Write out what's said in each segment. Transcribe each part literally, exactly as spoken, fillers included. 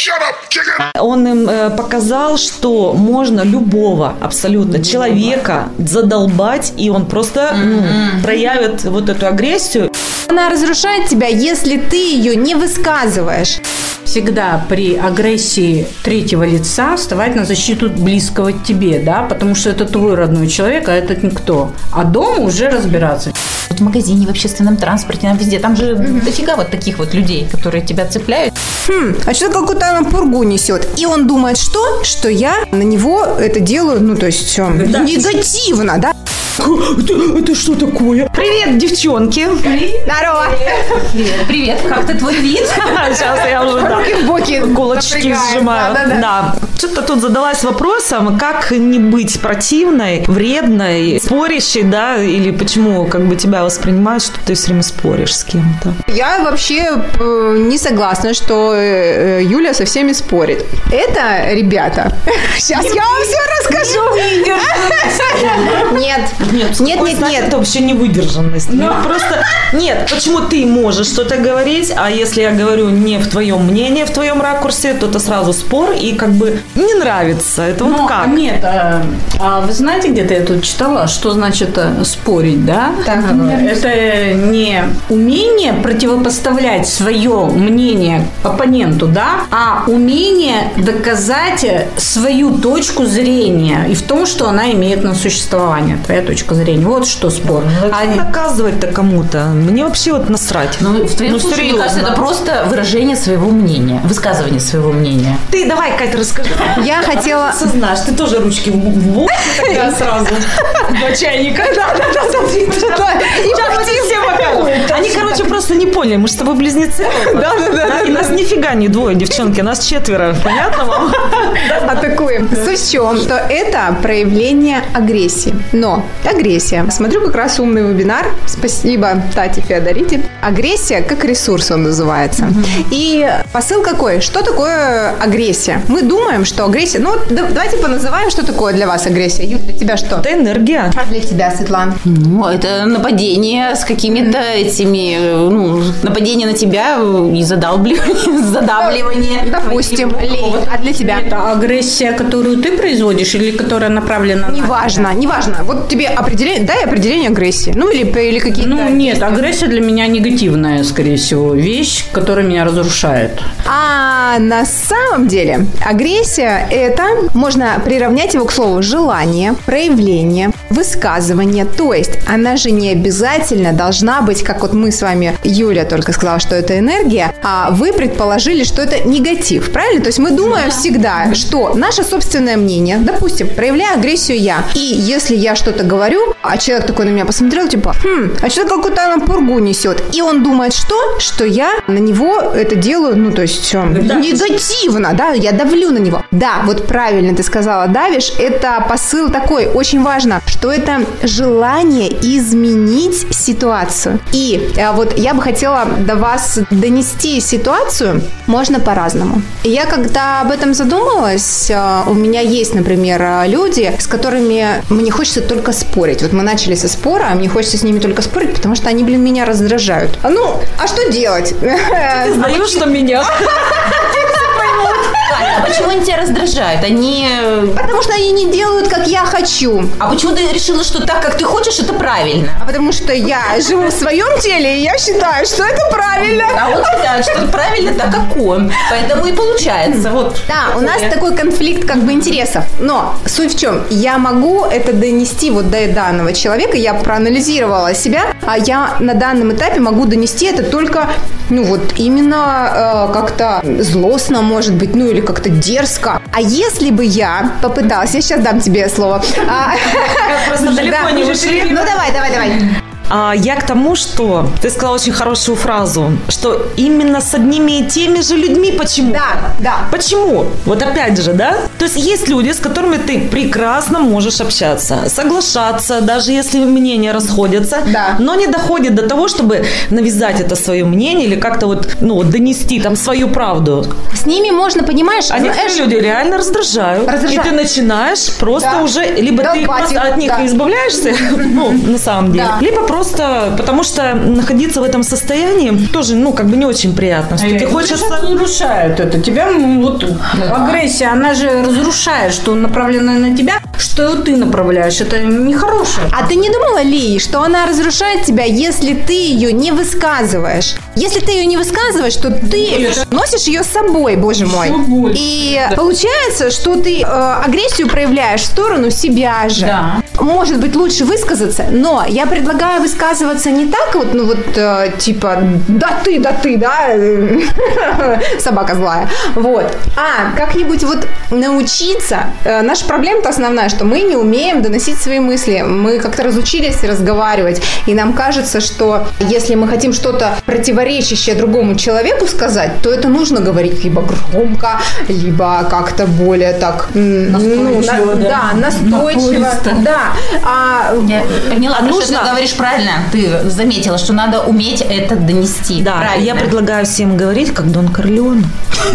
Он им э, показал, что можно любого абсолютно человека задолбать, и он просто ну, проявит вот эту агрессию. Она разрушает тебя, если ты ее не высказываешь. Всегда при агрессии третьего лица вставать на защиту близкого тебе, да, потому что это твой родной человек, а этот никто. А дома уже разбираться. В магазине, в общественном транспорте, там везде, там же mm-hmm. дофига вот таких вот людей, которые тебя цепляют. Хм, а что какую-то она пургу несет? И он думает, что? Что я на него это делаю, ну, то есть да. негативно, да? Это, это что такое? Привет, девчонки. Привет. Здорово. Привет. Привет. Как ты твой вид? Сейчас я уже да, руки в боки кулачки сжимаю. Да, да, да. да. Что-то тут задалась вопросом, как не быть противной, вредной, спорящей, да, или почему как бы тебя воспринимают, что ты все время споришь с кем-то. Я вообще не согласна, что Юля со всеми спорит. Это, ребята, сейчас я вам все расскажу. Нет. Нет, нет, нет, нет. Это вообще не выдержанность. Ну, просто нет, почему ты можешь что-то говорить, а если я говорю не в твоем мнении, в твоем ракурсе, то это сразу спор и как бы не нравится. Это вот Но, как? Нет, а, а вы знаете, где-то я тут читала, что значит спорить, да? Так, это не умение противопоставлять свое мнение оппоненту, да, а умение доказать свою точку зрения и в том, что она имеет на существование. Твоя точка зрения. Вот что спор. Ну, а не доказывать-то кому-то. Мне вообще вот насрать. Ну, в твоем ну, случае, мне кажется, это просто выражение своего мнения, высказывание своего мнения. Ты давай, Катя, расскажи. Я хотела... Ты знаешь, ты тоже ручки в бок тогда сразу. Два чайника. Да, да, да. Они, короче, просто не поняли. Мы же с тобой близнецы. Да, да, да. И нас нифига не двое, девчонки. Нас четверо. Понятно вам? Атакуем. Суть в чем? Что это проявление агрессии. Но агрессия. Смотрю как раз умный вебинар. Спасибо Тате Феодорите. Агрессия как ресурс он называется. Mm-hmm. И посыл какой? Что такое агрессия? Мы думаем, что агрессия... Ну, давайте поназываем, что такое для вас агрессия. Юля, для тебя что? Это энергия. А для тебя, Светлана? Ну, это нападение с какими-то этими... Ну, нападение на тебя и задалбливание, задавливание. Допустим. А для тебя? Это агрессия, которую ты производишь или которая направлена на... Неважно, неважно. Вот тебе определение, дай определение агрессии. Ну, или, или какие-то... Ну, нет, агрессия для меня негативная, скорее всего, вещь, которая меня разрушает. А на самом деле агрессия – это, можно приравнять его к слову желание, проявление, высказывание. То есть она же не обязательно должна быть, как вот мы с вами, Юля только сказала, что это энергия, а вы предположили, что это негатив. Правильно? То есть мы думаем да. всегда, что наше собственное мнение, допустим, проявляю агрессию я, и если я что-то говорю, а человек такой на меня посмотрел, типа, хм, а что какую-то она пургу несет? И он думает, что? Что я на него это делаю, ну, то есть да. негативно, да, я давлю на него. Да, вот правильно ты сказала, давишь, это посыл такой, очень важно, что это желание изменить ситуацию. И а, вот я бы хотела до вас донести ситуацию, можно по-разному. И я когда об этом задумалась, а, у меня есть, например, люди, с которыми мне хочется только спорить. Вот мы начали со спора, а мне хочется с ними только спорить, потому что они, блин, меня раздражают. А ну, а что делать? Ты знаешь, что меня... А почему они тебя раздражают? Они... Потому что они не делают, как я хочу. А почему ты решила, что так, как ты хочешь, это правильно? А потому что я живу в своем теле, и я считаю, что это правильно. А он считает, что это правильно так, как он. Поэтому и получается. Вот. Да, у нас такой конфликт как бы интересов. Но суть в чем? Я могу это донести вот до данного человека. Я проанализировала себя, а я на данном этапе могу донести это только, ну вот именно э, как-то злостно, может быть, ну или как-то дерзко. А если бы я попыталась, я сейчас дам тебе слово. Просто далеко не ушли. Ну давай, давай, давай. А я к тому, что ты сказала очень хорошую фразу, что именно с одними и теми же людьми почему? Да, да. Почему? Вот опять же, да? То есть есть люди, с которыми ты прекрасно можешь общаться, соглашаться, даже если мнения расходятся, да. но не доходит до того, чтобы навязать это свое мнение или как-то вот, ну, донести там свою правду. С ними можно, понимаешь, а некоторые люди реально раздражают. раздражают. И ты начинаешь просто да. уже, либо да, ты просто от них да. избавляешься, ну, на самом деле, да. либо просто просто потому что находиться в этом состоянии тоже, ну, как бы не очень приятно. Что а тебе хочется... разрушает это. Тебя, ну, вот, агрессия, она же разрушает, что направленная на тебя, что ты направляешь. Это нехорошее. А ты не думала, Ли, что она разрушает тебя, если ты ее не высказываешь? Если ты ее не высказываешь, то ты носишь ее с собой, боже мой. И получается, что ты э, агрессию проявляешь в сторону себя же. Да. Может быть, лучше высказаться, но я предлагаю высказываться не так вот, ну вот, э, типа, да ты, да ты, да, собака злая, вот, а как-нибудь вот научиться. Э, наша проблема-то основная, что мы не умеем доносить свои мысли, мы как-то разучились разговаривать, и нам кажется, что если мы хотим что-то противоречащее другому человеку сказать, то это нужно говорить либо громко, либо как-то более так, настойчиво, ну, на, да, да, настойчиво, напористо. да. А, Я поняла, нужно... что ты говоришь правильно. Ты заметила, что надо уметь это донести. Да, правильно. я предлагаю всем говорить, как Дон Корлеоне.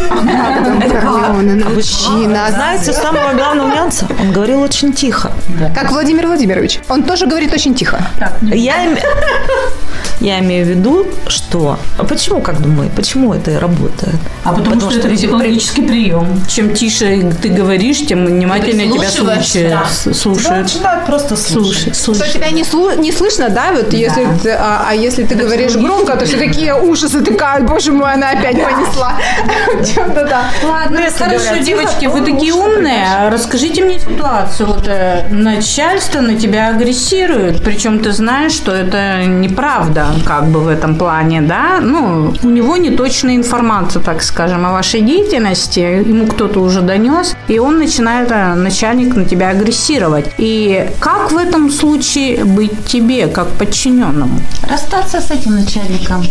Мужчина. Знаете, самого главного нюанса, он говорил очень тихо. Как Владимир Владимирович. Он тоже говорит очень тихо. Я, им... я имею в виду, что... А почему, как думаю, почему это работает? А потому, потому что, что это психологический прием. Чем тише ты говоришь, тем внимательнее тебя слушают. Да. Слушают. Начинают просто слушать. слушать. Что тебя не, слу- не слышно, да? Вот да. Если ты, а, а если ты это говоришь громко, то все такие уши затыкают. Боже мой, она опять понесла. Ладно, хорошо, девочки, вы такие умные. Расскажите мне ситуацию. Вот начальство на тебя агрессирует, причем ты знаешь, что это неправда, как бы в этом плане, да? Ну, у него неточная информация, так скажем, о вашей деятельности. Ему кто-то уже донес, и он начинает, начальник, на тебя агрессировать. И как в этом случае быть тебе, как подчиненному? Расстаться с этим начальником.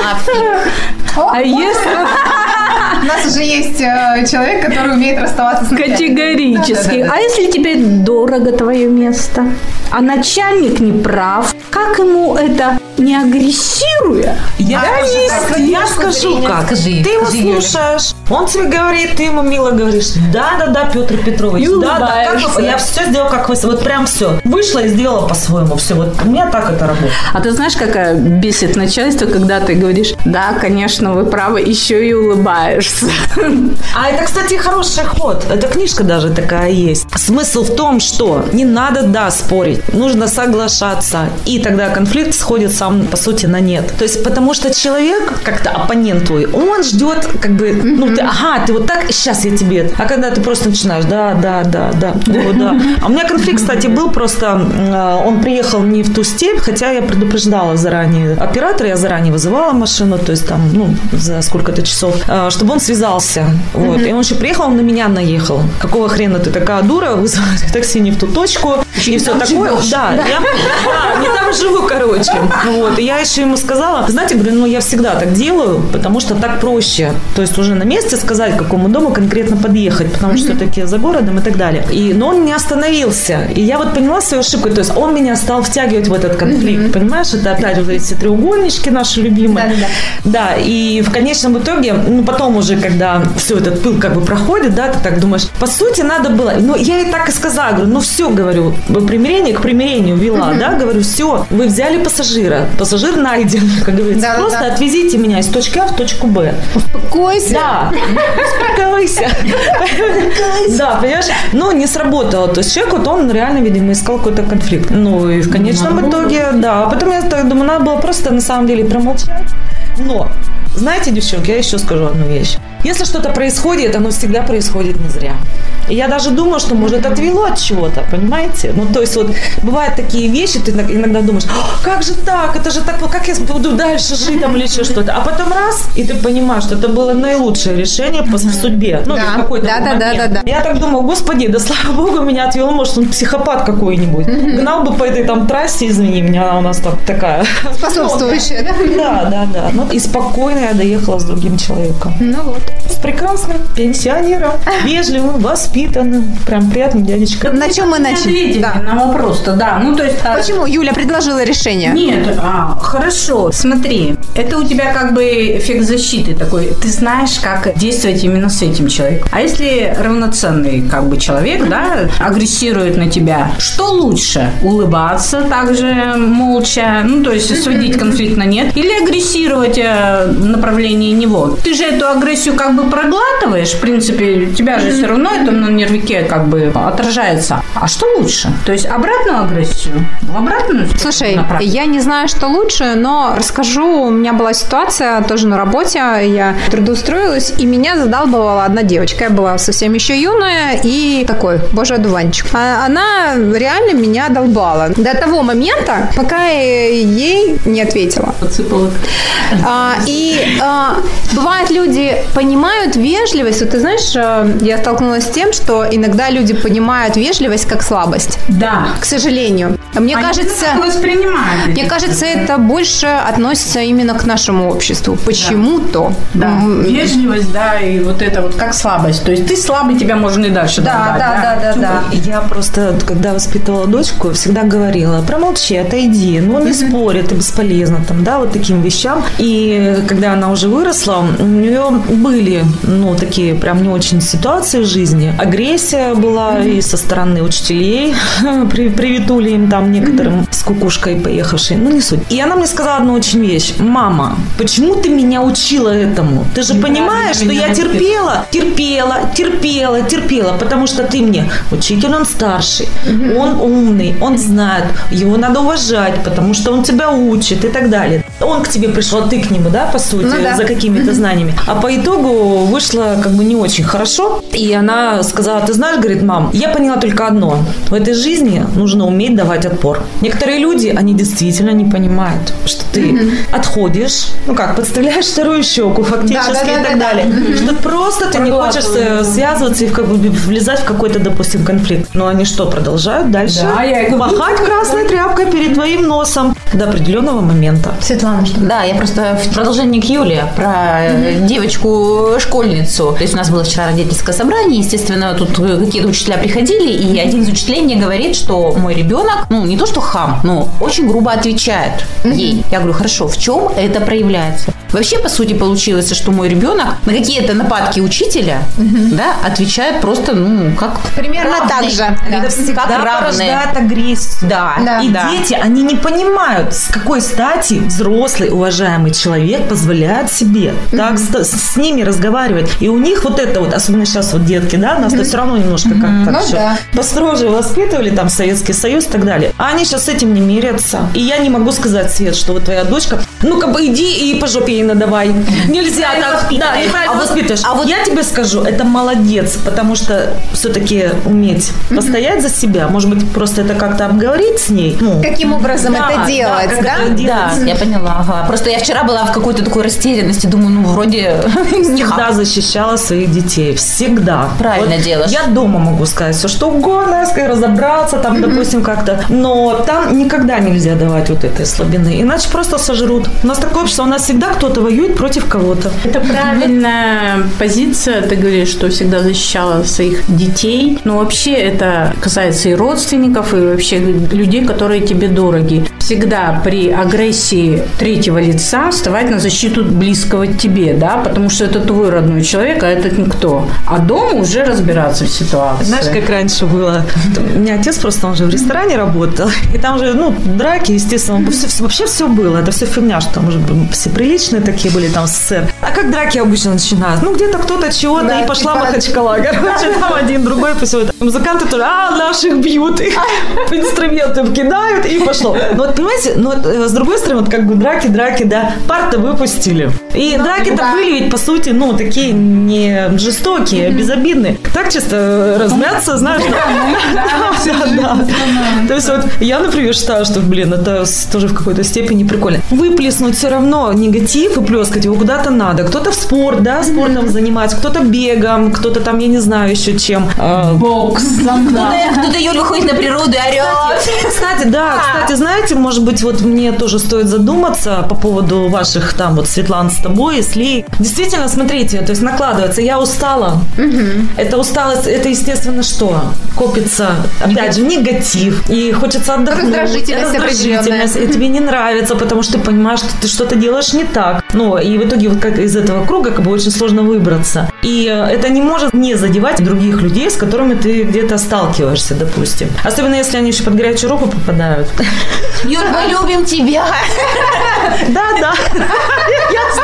А если... У нас уже есть человек, который умеет расставаться с начальником. Категорически. А если тебе дорого твое место, а начальник не прав, как ему это, не агрессируя? Я, да, я, я скажу как. Скажи, ты его скажи, слушаешь, он тебе говорит, ты ему мило говоришь, да-да-да, Петр Петрович, да-да, как вы, я все сделала, как вы, вот прям все. Вышла и сделала по-своему, все, вот у меня так это работает. А ты знаешь, какая бесит начальство, когда ты говоришь, да, конечно, вы правы, еще и улыбаешься. А это, кстати, хороший ход. Эта книжка даже такая есть. Смысл в том, что не надо, да, спорить, нужно соглашаться, и тогда конфликт сходит сам, по сути, на нет. То есть, потому что человек, как-то оппонент твой, он ждет, как бы, ну, ты, ага, ты вот так, сейчас я тебе. А когда ты просто начинаешь, да, да, да, да, о, да. А у меня конфликт, кстати, был просто, он приехал не в ту степь, хотя я предупреждала заранее оператора, я заранее вызывала машину, то есть там, ну, за сколько-то часов, чтобы он связался. Вот. И он еще приехал, он на меня наехал. Какого хрена ты такая дура, вызывать такси не в ту точку, и все такое. Да, да. Я да, не там живу, короче. Вот. И я еще ему сказала, знаете, говорю, ну я всегда так делаю, потому что так проще. То есть уже на месте сказать, к какому дому конкретно подъехать, потому что все-таки за городом и так далее. И, но он не остановился. И я вот поняла свою ошибку. То есть он меня стал втягивать в этот конфликт. Mm-hmm. Понимаешь, это опять вот эти треугольнички наши любимые. Да, да, да. Да, и в конечном итоге, ну потом уже, когда все этот пыл как бы проходит, да, ты так думаешь, по сути, надо было. Ну, я ей так и сказала, говорю, ну все, говорю, примирение к примирению вела, mm-hmm. да, говорю, все, вы взяли пассажира, пассажир найден, как говорится, да, просто да. отвезите меня из точки А в точку Б. Успокойся. Да, успокойся. Да, понимаешь, но не сработало. То есть человек, вот он реально, видимо, искал какой-то конфликт. Ну, и в конечном итоге, да. А потом я так думаю, надо было просто на самом деле промолчать. Но, знаете, девчонки, я еще скажу одну вещь. Если что-то происходит, оно всегда происходит не зря. И я даже думаю, что, может, отвело от чего-то, понимаете? Ну, то есть вот бывают такие вещи, ты иногда думаешь, как же так, это же так, как я буду дальше жить там или еще что-то. А потом раз, и ты понимаешь, что это было наилучшее решение по судьбе. Ну, да, какой-то да, да, да, да, да. Я так думаю, господи, да слава богу, меня отвело, может, он психопат какой-нибудь. Mm-hmm. Гнал бы по этой там трассе, извини меня, она у нас там такая. Способствующая, да? Да, да, да. Ну, и спокойно я доехала с другим человеком. Ну вот. С прекрасным пенсионером, вежливым, воспитанным, прям приятным дядечкой. На чем мы начали? Да. На вопрос-то, да. Ну, то есть, почему Юля предложила решение? Нет, а, хорошо. Смотри, Это у тебя как бы эффект защиты такой. Ты знаешь, как действовать именно с этим человеком. А если равноценный как бы человек, да, агрессирует на тебя, что лучше? Улыбаться также молча, ну, то есть сводить конфликт на нет, или агрессировать в направлении него? Ты же эту агрессию как бы проглатываешь, в принципе, у тебя же все равно это на нервике как бы отражается. А что лучше? То есть обратную агрессию? В обратную? Слушай, я не знаю, что лучше, но расскажу. У меня была ситуация тоже на работе. Я трудоустроилась, и меня задалбывала одна девочка. Я была совсем еще юная и такой, боже, одуванчик. А она реально меня долбала. До того момента, пока я ей не ответила. Подсыпала. А, и а, бывает, люди понимают вежливость. Вот ты знаешь, я столкнулась с тем, что иногда люди понимают вежливость как слабость. Да. К сожалению. Мне Они кажется, воспринимают. мне кажется, это больше относится именно к нашему обществу. Почему-то. Да. Да. Вежливость, да, и вот это вот как слабость. То есть ты слабый, тебя можно и дальше да, долбать, да, да, да, да, да. Я просто, когда воспитывала дочку, всегда говорила, промолчи, отойди, ну не mm-hmm. спорь, это бесполезно, там, да, вот таким вещам. И когда она уже выросла, у нее были, ну, такие прям не очень ситуации в жизни. Агрессия была mm-hmm. и со стороны учителей, приветули им там некоторым mm-hmm. с кукушкой поехавшей, ну не суть. И она мне сказала одну очень вещь: мама, почему ты меня учила этому? Ты же понимаешь, что я терпела, терпела, терпела, терпела, потому что ты мне, учитель, он старший, mm-hmm. он умный, он знает, его надо уважать, потому что он тебя учит и так далее. Он к тебе пришел, а ты к нему, да, по сути, ну, да. за какими-то mm-hmm. знаниями. А по итогу вышло как бы не очень хорошо. И она сказала, ты знаешь, говорит, мам, я поняла только одно. В этой жизни нужно уметь давать отпор. Некоторые люди, они действительно не понимают, что ты mm-hmm. отходишь, ну как, подставляешь вторую щеку фактически да, да, и так да, далее. Да. Что просто ты не хочешь связываться и как бы влезать в какой-то, допустим, конфликт. Но они что, продолжают дальше да, я махать красной тряпкой перед твоим носом до определенного момента. Светлана, что? Да, я просто в продолжении к Юле про mm-hmm. девочку-школьницу. То есть у нас было вчера родительское собрание, естественно, тут какие-то учителя приходили, и один из учителей мне говорит, что мой ребенок, ну, не то что хам, но очень грубо отвечает mm-hmm. ей. Я говорю, хорошо, в чем это проявляется? Вообще, по сути, получилось, что мой ребенок на какие-то нападки учителя mm-hmm. да, отвечает просто, ну, как примерно равный. Так же. Да. Это всегда порождает агрессию. Да. Да. И да. дети, они не понимают, с какой стати взрослый, уважаемый человек позволяет себе mm-hmm. так с, с ними разговаривать. И у них вот это вот, особенно сейчас вот детки, да, нас-то mm-hmm. все равно немножко mm-hmm. как-то ну, все да. построже воспитывали, там, Советский Союз и так далее. А они сейчас с этим не мирятся. И я не могу сказать, Свет, что вот твоя дочка, ну-ка, иди и по жопе ей надавай. Нельзя так. Да, а воспитываешь. А вот я тебе скажу, это молодец, потому что все-таки уметь mm-hmm. постоять за себя, может быть, просто это как-то обговорить с ней. Ну, каким образом да, это делать, да? Да, это делать. Да, я поняла. Ага. Просто я вчера была в какой-то такой растерянности, думаю, ну, вроде... Всегда защищала своих детей. Всегда. Правильно вот делаешь. Я дома могу сказать все, что угодно, разобраться там, mm-hmm. допустим, как-то. Но там никогда нельзя давать вот этой слабины. Иначе просто сожрут. У нас такое общество, у нас всегда кто-то воюет против кого-то. Это правильная позиция. Ты говоришь, что всегда защищала своих детей. Но вообще это касается и родственников, и вообще людей, которые тебе дороги. Всегда при агрессии третьего лица вставать на защиту близкого тебе, да, потому что это твой родной человек, а этот никто. А дома уже разбираться в ситуации. Знаешь, как раньше было? У меня отец просто, он же в ресторане работал, и там же, ну, драки, естественно, все, вообще все было. Это все фигня, что там уже все приличные такие были там в СССР. А как драки обычно начинают? Ну, где-то кто-то чего-то, да, и пошла Махачкала. Короче, там один, другой, все это. Музыканты тоже, а, наших бьют, их инструменты кидают, и пошло. Но вот, понимаете, но вот, с другой стороны, вот как бы драки, драки, да, пар-то выпустили. И ну, драки-то да. были ведь, по сути, ну, такие не жестокие, mm-hmm. безобидные. Так чисто размяться, знаешь, да. То есть вот я, например, считаю, что, блин, это тоже в какой-то степени прикольно. Выплеснуть все равно негатив, выплескать его куда-то надо. Кто-то в спорт, да, спортом занимается, кто-то бегом, кто-то там, я не знаю еще чем. Бокс. Кто-то Юля ходит на природу и орет. Кстати, да, кстати, знаете, может быть, вот мне тоже стоит задуматься по поводу ваших там вот Светлан тобой и с Лей. Действительно, смотрите, то есть накладывается. Я устала. Угу. Это усталость, это, естественно, что? Копится, опять же, негатив. И хочется отдохнуть. Раздражительность, раздражительность. И тебе не нравится, потому что ты понимаешь, что ты что-то делаешь не так. Ну, и в итоге вот как из этого круга как бы очень сложно выбраться. И это не может не задевать других людей, с которыми ты где-то сталкиваешься, допустим. Особенно, если они еще под горячую руку попадают. Юр, мы любим тебя. Да, да. Я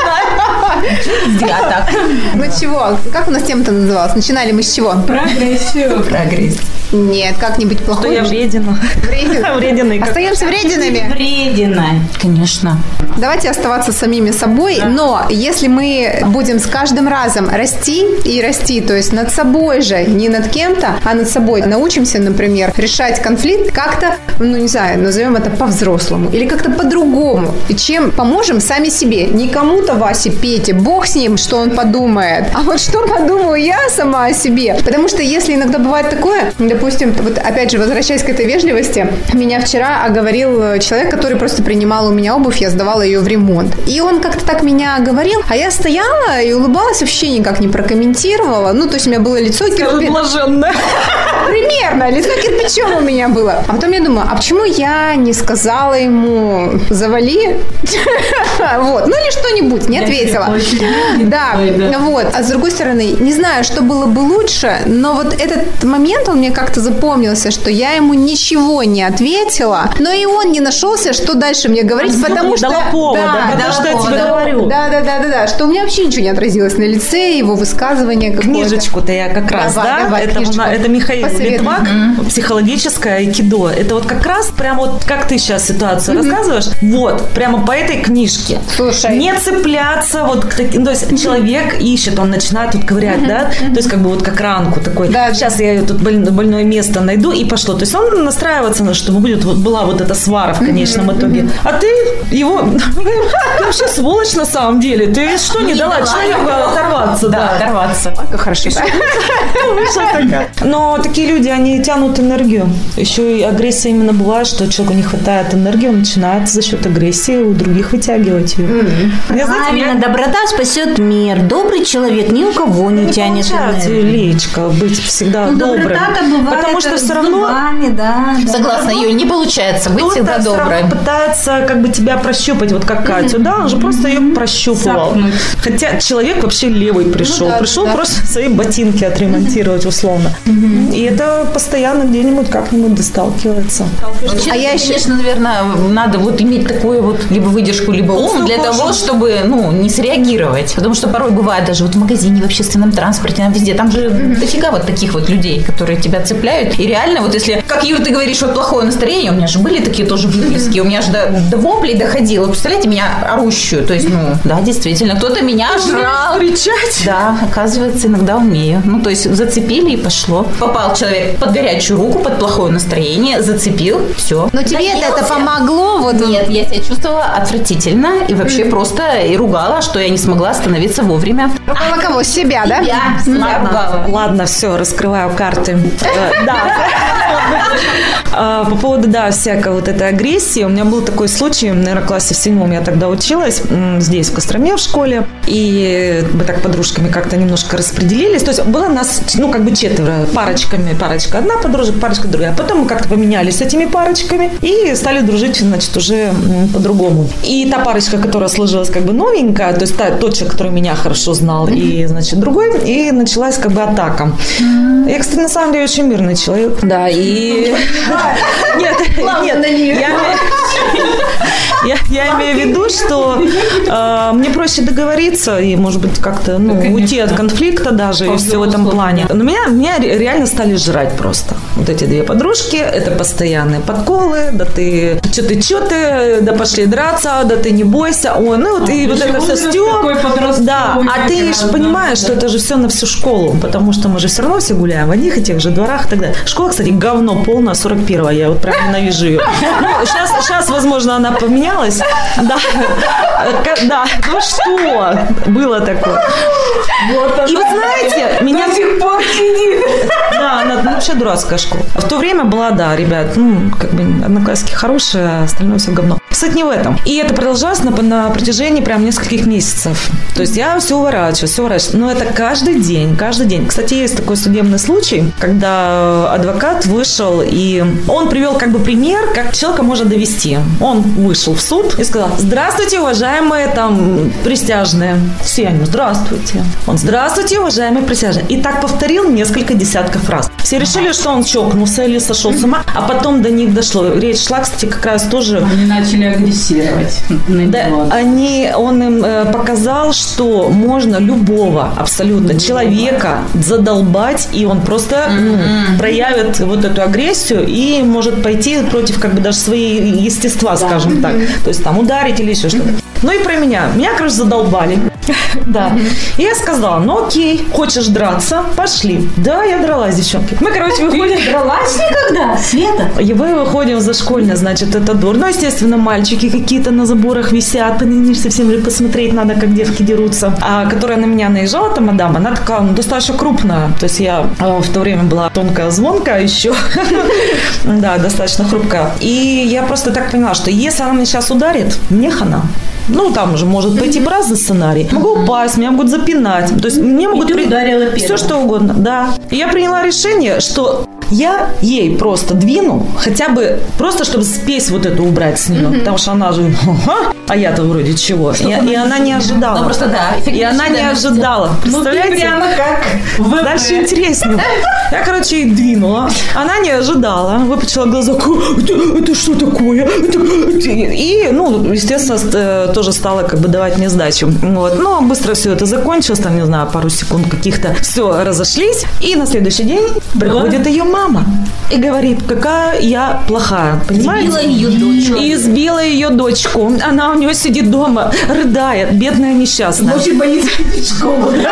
знаю. Зря так. Ну чего? Как у нас тема-то называлась? Начинали мы с чего? Про агрессию. Про агрессию. Нет, как-нибудь плохой. Что я вредина. Вредина. Врединой. Остаемся врединами. Вредина. Конечно. Давайте оставаться самими собой, да. Но если мы будем с каждым разом расти и расти, то есть над собой же, не над кем-то, а над собой, научимся, например, решать конфликт как-то, ну не знаю, назовем это по-взрослому или как-то по-другому. И чем поможем сами себе. Не кому-то Васе, Пете, бог с ним, что он подумает, а вот что подумаю я сама о себе. Потому что если иногда бывает такое, допустим, вот опять же, возвращаясь к этой вежливости, меня вчера оговорил человек, который просто принимал у меня обувь, я сдавала ее в ремонт. И он как-то так меня оговорил, а я стояла и улыбалась, вообще никак не прокомментировала. Ну, то есть у меня было лицо кирпичом. Блаженное. Примерно, лицо кирпичом у меня было. А потом я думаю, а почему я не сказала ему завали? Вот, ну или что-нибудь, не ответила. Да, вот. А с другой стороны, не знаю, что было бы лучше, но вот этот момент, он мне как-то запомнился, что я ему ничего не ответила, но и он не нашелся, что дальше мне говорить, а потому что... Дала повода, да, потому что я тебе говорю. Да, да, да, да, да, что у меня вообще ничего не отразилось на лице, его высказывание какое-то. Книжечку-то я как раз, давай, да, давай, это, это Михаил Литвак, mm-hmm. психологическое айкидо. Это вот как раз прямо вот, как ты сейчас ситуацию mm-hmm. рассказываешь, вот, прямо по этой книжке. Слушай. Не цепляться, вот, к таким, то есть mm-hmm. человек ищет, он начинает тут ковырять, mm-hmm. да, mm-hmm. то есть как бы вот как ранку такой, да, сейчас я тут больное место найду и пошло. То есть он настраивается, чтобы будет, вот, была вот эта свара в конечном mm-hmm. итоге. А ты его, ты вообще сволочь на самом деле, ты что не, не дала человеку оторваться? Да, оторваться. Как хорошо. Но такие люди, они тянут энергию. Еще и агрессия именно бывает, что человеку не хватает энергии, он начинает за счет агрессии у других вытягивать ее. Mm-hmm. Я, знаете, Правильно, я... доброта спасет мир. Добрый человек ни у кого не, не тянет энергию. Леечка, быть всегда ну, добрым. Бывает, потому что все равно... Зубами, да, Согласна, Юль, не получается быть кто-то всегда доброй. Пытается как бы тебя прощупать, вот как Катю, mm-hmm. да, он же просто ее прощупывал. Сапнуть. Хотя человек вообще левый пришел. Ну, да, пришел да. просто свои ботинки отремонтировать условно. Mm-hmm. И это постоянно где-нибудь как-нибудь сталкивается. Вообще, а я еще, конечно, наверное, надо вот иметь такую вот либо выдержку, либо ум для того, чтобы, ну, не среагировать. Потому что порой бывает даже вот в магазине, в общественном транспорте, там везде, там же mm-hmm. дофига вот таких вот людей, которые тебя цепляют. И реально, вот если, как, Юр, ты говоришь, вот плохое настроение, у меня же были такие тоже выплески, у меня же до, до воплей доходило. Представляете, меня орущую. То есть, ну, да, действительно, кто-то меня жрал. Кричать. Да, оказывается, иногда умею. Ну, то есть, зацепили и пошло. Попал человек под горячую руку, под плохое настроение, зацепил, все. Но тебе это помогло? Вот нет, я себя чувствовала отвратительно и вообще mm. просто и ругала, что я не смогла остановиться вовремя. Ругала кого? Себя, да? Я себя ругала. Ладно, все, раскрываю карты. Да. По поводу, да, всякой вот этой агрессии. У меня был такой случай, наверное, в классе в седьмом я тогда училась, здесь, в Костроме, в школе. И мы так подружками как-то немножко распределились. То есть было нас, ну, как бы четверо, парочками. Парочка одна подружек, парочка другая. Потом мы как-то поменялись с этими парочками и стали дружить, значит, уже по-другому. И та парочка, которая сложилась как бы новенькая, то есть та, тот человек, который меня хорошо знал, и, значит, другой, и началась как бы атака. Я, кстати, на самом деле очень мирный человек. Да, и... Нет, нет, я, я имею в виду, что э, мне проще договориться и, может быть, как-то ну, да, уйти от конфликта даже и все в этом плане. Но меня, меня реально стали жрать просто. Вот эти две подружки, это постоянные подколы, да ты, что ты, что ты, да пошли драться, да ты не бойся, ой, ну вот, а, и вот это все стёб. Да, а ты же понимаешь, что это же все на всю школу, потому что мы же все равно все гуляем в одних и тех же дворах и так далее. Школа, кстати, говно полное, сорок первая, я вот прям ненавижу ее. Ну, сейчас, сейчас, возможно, она поменялась. Да, да, ну что, было такое. Вот и вы знаете, меня... До сих пор сидит. Да, она ну, вообще дурацкая школа. В то время была, да, ребят, ну, как бы одноклассники хорошие, а остальное все говно. суть не в этом. И это продолжалось на, на протяжении прям нескольких месяцев. То есть я все уворачиваю, все уворачиваю. Но это каждый день, каждый день. Кстати, есть такой судебный случай, когда адвокат вышел, и он привел как бы пример, как человека можно довести. Он вышел в суд и сказал: здравствуйте, уважаемые там присяжные. Все они: здравствуйте. Он: здравствуйте, уважаемые присяжные. И так повторил несколько десятков раз. Все решили, что он чокнулся или сошел с ума, а потом до них дошло. Речь шла, кстати, как раз тоже... Они начали агрессировать. Да, они, он им э, показал, что можно любого абсолютно mm-hmm. человека задолбать, и он просто mm-hmm. ну, проявит вот эту агрессию и может пойти против как бы даже своей естества, да. скажем mm-hmm. так. То есть там ударить или еще что-то. Ну и про меня. Меня, короче, задолбали. Да. И я сказала: ну окей, хочешь драться? Пошли. Да, я дралась, девчонки. Мы, короче, выходим... Ты не дралась никогда, Света? И мы выходим за школьное, значит, это дур. Ну, естественно, мальчики какие-то на заборах висят. Совсем же посмотреть надо, как девки дерутся. А которая на меня наезжала, та мадам, она такая, ну, достаточно крупная. То есть я в то время была тонкая, звонкая еще. Да, достаточно хрупкая. И я просто так поняла, что если она меня сейчас ударит, мне хана. Ну, там же может пойти в разный сценарий. Могу упасть, меня могут запинать. То есть мне могут... при... Все, что угодно. Да. И я приняла решение, что я ей просто двину, хотя бы просто, чтобы спесь вот эту убрать с нее. Mm-hmm. Потому что она же... А я-то вроде чего. И, и она не ожидала. Ну, просто да. И она не ожидала. Представляете? Ну, ты прямо как... Дальше интереснее. Я, короче, ей двинула. Она не ожидала. Выпучила глаза. Это, это что такое? Это, это... И, ну, естественно, тоже стала как бы давать мне сдачу. Вот. Но быстро все это закончилось. Там, не знаю, пару секунд каких-то. Все, разошлись. И на следующий день приходит ее мама. И говорит, какая я плохая. Понимаете? Избила ее дочку. И избила ее дочку. Она у нее сидит дома, рыдает. Бедная несчастная. Очень боится ходить в школу, да?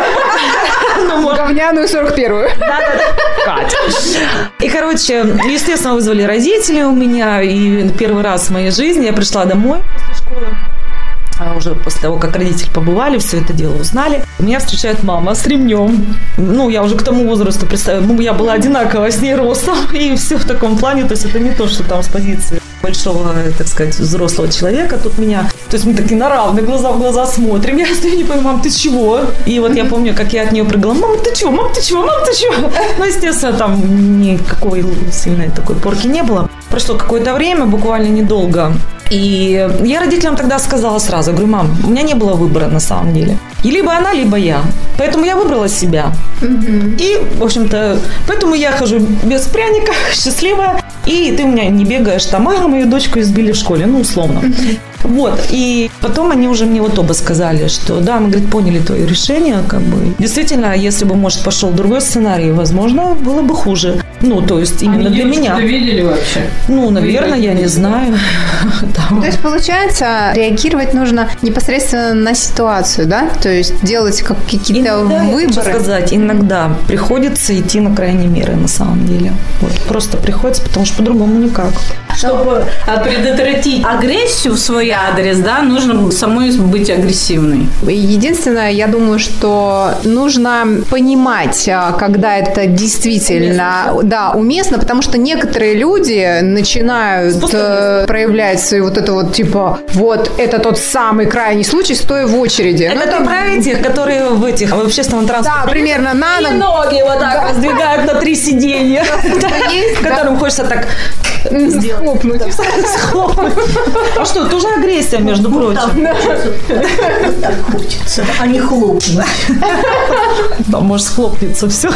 Говняную сорок первую. Катя. И, короче, естественно, вызвали родители у меня. И первый раз в моей жизни я пришла домой после школы. А уже после того, как родители побывали, все это дело узнали. Меня встречает мама с ремнем. Ну, я уже к тому возрасту представила. Ну, я была одинаково с ней ростом. И все в таком плане. То есть это не то, что там с позиции большого, так сказать, взрослого человека. Тут меня... То есть мы такие на равные, глаза в глаза смотрим. Я стою, не понимаю: мам, ты чего? И вот я помню, как я от нее прыгала: мам, ты чего? Мам, ты чего? Мам, ты чего? Ну, естественно, там никакой сильной такой порки не было. Прошло какое-то время, буквально недолго. И я родителям тогда сказала сразу, говорю: мам, у меня не было выбора на самом деле. И либо она, либо я. Поэтому я выбрала себя. Mm-hmm. И, в общем-то, поэтому я хожу без пряника, счастливая. И ты у меня не бегаешь там: а, мою дочку избили в школе, ну, условно. Mm-hmm. Вот, и потом они уже мне вот оба сказали, что да, мы, говорит, поняли твое решение, как бы. Действительно, если бы, может, пошел другой сценарий, возможно, было бы хуже. Ну, то есть именно они для меня. Они видели вообще? Ну, наверное, я не знаю. То есть, получается, реагировать нужно непосредственно на ситуацию, да? То есть делать как какие-то выборы. Я хочу сказать, иногда приходится идти на крайние меры, на самом деле. Вот, просто приходится, потому что по-другому никак. Чтобы предотвратить агрессию в свой адрес, да, нужно самой быть агрессивной. Единственное, я думаю, что нужно понимать, когда это действительно уместно. Да, уместно, потому что некоторые люди начинают э, проявлять свои вот это вот типа вот это тот самый крайний случай, стоя в очереди. Это, это про этих, которые в этих в общественном транспорте. Да, примерно на ногу. И ноги вот так да. раздвигают на три сиденья, которым хочется так схлопнуть. А что, тоже агрессия, между прочим. Так хочется, а не хлопнуть. Да, может, схлопнется все.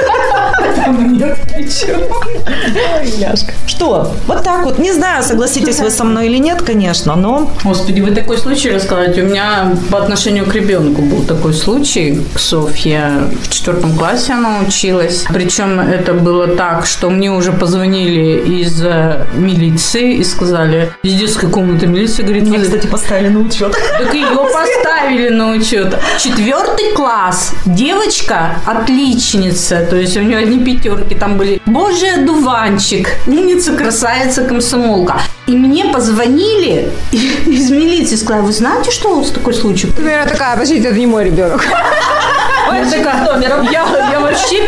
Нет, ничего. Ляшка. Что? Вот так вот. Не знаю, согласитесь вы со мной или нет, конечно, но... Господи, вы такой случай рассказать. У меня по отношению к ребенку был такой случай. Софья в четвертом классе она училась. Причем это было так, что мне уже позвонили из милиции и сказали, из детской комнаты милиции, говорит, меня, кстати, поставили на учет. Так ее поставили на учет. Четвертый класс. Девочка отличница. То есть у нее одни пятерки там были. Божий одуванчик. Умница, красавица, комсомолка. И мне позвонили из милиции, сказали, вы знаете, что у вас такой случай? Я такая, подождите, это не мой ребенок. Я, такая, я, я вообще первый раз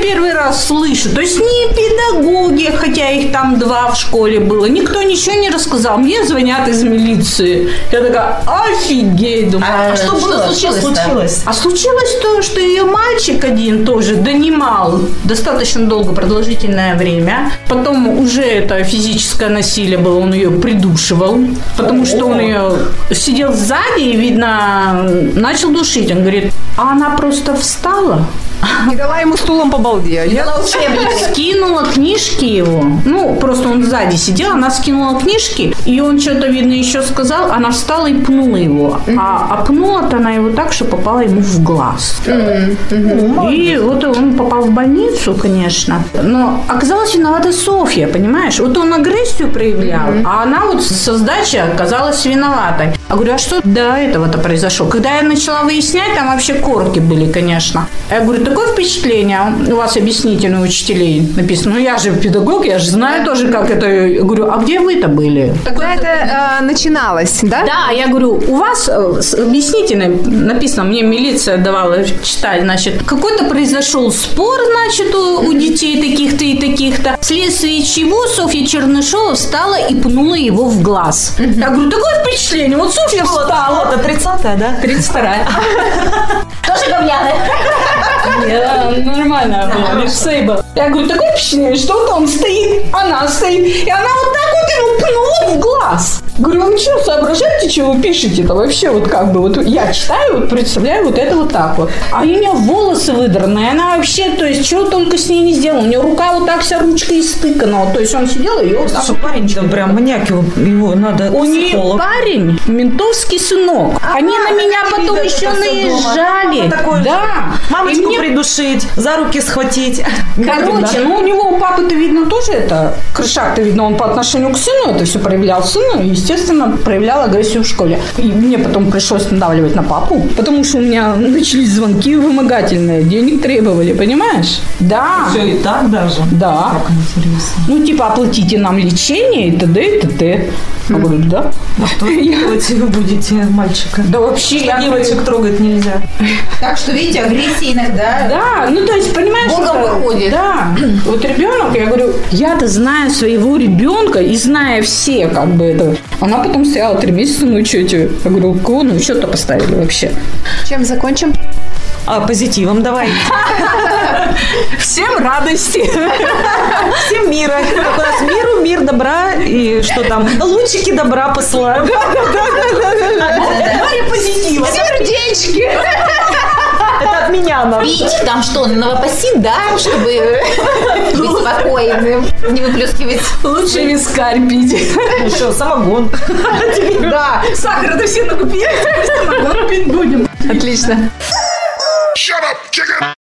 раз слышу. То есть ни педагоги, хотя их там два в школе было, никто ничего не рассказал. Мне звонят из милиции. Я такая, офигеть, думаю. А, а что было? Случилось? случилось? А случилось то, что ее мальчик один тоже донимал достаточно долго, продолжительное время. Потом уже это физическое насилие было, он ее придушивал, потому что он ее сидел сзади и, видно, начал душить. Он говорит, а она просто встала. И дала ему стулом по балде. И дала учебник. Скинула книжки его. Ну, просто он сзади сидел, она скинула книжки, и он что-то, видно, еще сказал, она встала и пнула его. Mm-hmm. А, а пнула-то она его так, что попала ему в глаз. Mm-hmm. Mm-hmm. И вот он попал в больницу, конечно. Но оказалась виновата Софья, понимаешь? Вот он агрессию проявлял, mm-hmm. а она вот со сдачи оказалась виноватой. Я говорю, а что до этого-то произошло? Когда я начала выяснять, там вообще корки были, конечно. Я говорю, такое впечатление, у вас объяснительные учителей написано, ну я же педагог, я же знаю тоже, как это. Я говорю, а где вы-то были? Когда это э, начиналось, да? Да, я говорю, у вас объяснительное написано, мне милиция давала читать, значит, какой-то произошел спор, значит, у, у детей таких-то и таких-то, вследствие чего Софья Чернышова встала и пнула его в глаз. Я говорю, такое впечатление, вот Софья встала. Это тридцатая, да? тридцать вторая. Тоже говняная. Нет, нормально было, лишь сейба. Я говорю, такое впечатление, что вот он стоит, она стоит, и она вот так вот ему пнула в глаз. Говорю, вы что, соображаете, что вы пишете-то вообще? Вот как бы, вот я читаю, вот представляю вот это вот так вот. А у нее волосы выдранные, она вообще, то есть, чего только с ней не сделала. У нее рука вот так вся ручка истыкана. Вот, то есть, он сидел, и ее вот так вот. Парень там прям маньяк, его, его надо у нее парень, ментовский сынок. А Они на меня потом еще наезжали. Да. Мамочку мне... придушить, за руки схватить. Короче, ну у него у папы-то, видно, тоже это, крышак-то, видно, он по отношению к сыну это все проявлял сыну, и, естественно, проявлял агрессию в школе. И мне потом пришлось надавливать на папу, потому что у меня начались звонки вымогательные, денег требовали, понимаешь? Да. Все и так даже? Да. Как интересно. Ну, типа, оплатите нам лечение и т.д. и т.д. Я говорю, да. А что делать вы будете мальчика? Да вообще, я девочек трогать нельзя. Так что, видите, агрессия иногда... Да, ну то есть, понимаешь, Богом выходит. Да, вот ребенок, я говорю, я-то знаю своего ребенка и зная все, как бы это. Она потом стояла три месяца, ну что тебе? Я говорю, кого, ну что-то поставили вообще. Чем закончим? А, позитивом давай. Всем радости. Всем мира. Как у нас миру, мир, добра и что там? Лучики добра посылаем. Давай позитив. Сердечки. Это от меня надо. Пить там что, новопосит, да? Чтобы быть спокойным, не выплескивать. Лучше вискарь пить. Ну что, самогон. Да, сахара-то все накупили, самогон пить будем. Отлично. Shut up, chicken!